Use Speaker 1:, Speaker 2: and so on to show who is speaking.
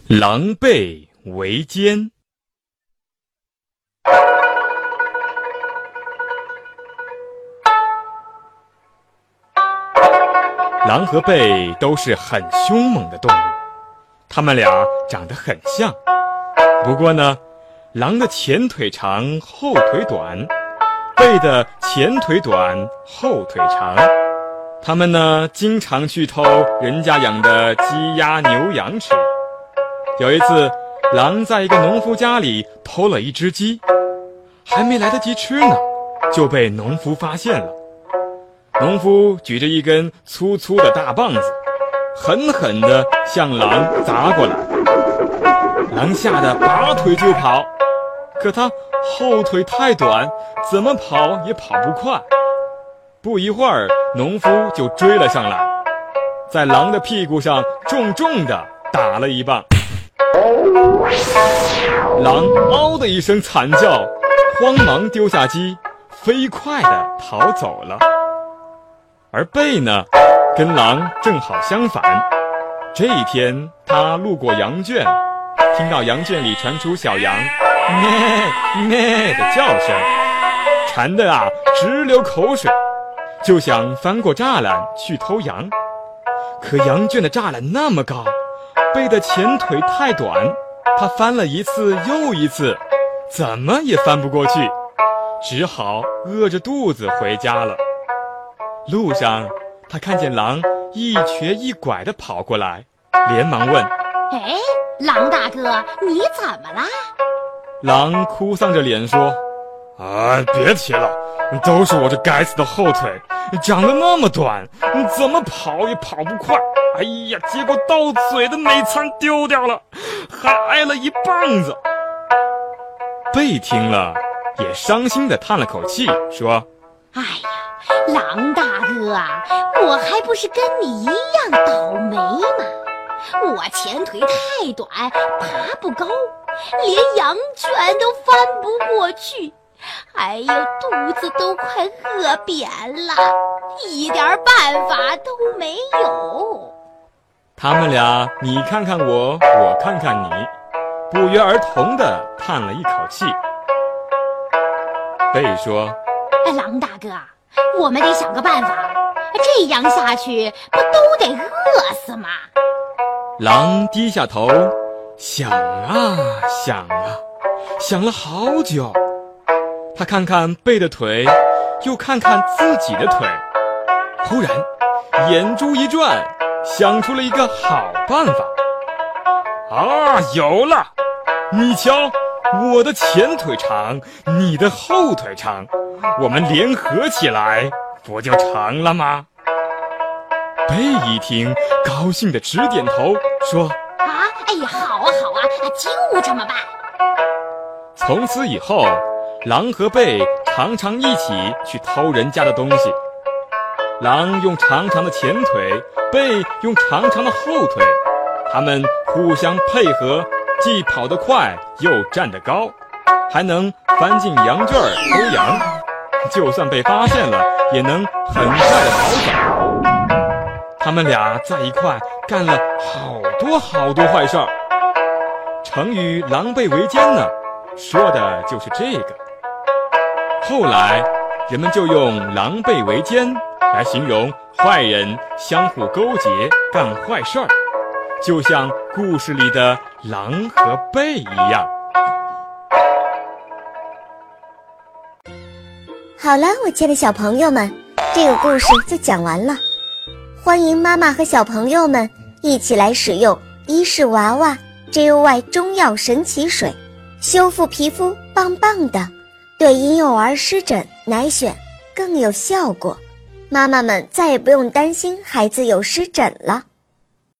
Speaker 1: 狼狈为奸。狼和狈都是很凶猛的动物，它们俩长得很像。不过呢，狼的前腿长，后腿短；狈的前腿短，后腿长。它们呢，经常去偷人家养的鸡鸭牛羊吃。有一次，狼在一个农夫家里偷了一只鸡，还没来得及吃呢，就被农夫发现了。农夫举着一根粗粗的大棒子，狠狠地向狼砸过来。狼吓得拔腿就跑，可他后腿太短，怎么跑也跑不快。不一会儿，农夫就追了上来，在狼的屁股上重重地打了一棒。狼嗷的一声惨叫，慌忙丢下鸡，飞快地逃走了。而狈呢，跟狼正好相反。这一天，他路过羊圈，听到羊圈里传出小羊咩咩的叫声，馋得直流口水，就想翻过栅栏去偷羊。可羊圈的栅栏那么高，狈的前腿太短，他翻了一次又一次，怎么也翻不过去，只好饿着肚子回家了。路上，他看见狼一瘸一拐地跑过来，连忙问：
Speaker 2: 哎，狼大哥，你怎么了？
Speaker 1: 狼哭丧着脸说：别提了，都是我这该死的后腿，长得那么短，怎么跑也跑不快。哎呀，结果到嘴的美餐丢掉了，还挨了一棒子。狈听了，也伤心地叹了口气，说：
Speaker 2: 哎呀，狼大哥啊，我还不是跟你一样倒霉吗？我前腿太短，爬不高，连羊圈都翻不过去，哎呦，肚子都快饿扁了，一点办法都没有。
Speaker 1: 他们俩你看看我，我看看你，不约而同地叹了一口气。狈说：
Speaker 2: 狼大哥，我们得想个办法，这样下去不都得饿死吗？
Speaker 1: 狼低下头，想啊想啊，想了好久。他看看狈的腿，又看看自己的腿，忽然眼珠一转，想出了一个好办法。有了！你瞧，我的前腿长，你的后腿长，我们联合起来，不就成了吗？狈一听，高兴地直点头，说：
Speaker 2: 哎呀，好啊，就这么办。
Speaker 1: 从此以后，狼和狈常常一起去偷人家的东西。狼用长长的前腿，狈用长长的后腿，他们互相配合，既跑得快，又站得高，还能翻进羊圈偷羊，就算被发现了，也能很快地逃走。他们俩在一块干了好多坏事儿。成语狼狈为奸呢，说的就是这个。后来人们就用狼狈为奸来形容坏人相互勾结干坏事儿，就像故事里的狼和狈一样。
Speaker 3: 好了，我亲爱的小朋友们，这个故事就讲完了。欢迎妈妈和小朋友们一起来使用伊氏娃娃 JOY 中药神奇水，修复皮肤棒棒的，对婴幼儿湿疹、奶癣更有效果。妈妈们再也不用担心孩子有湿疹了。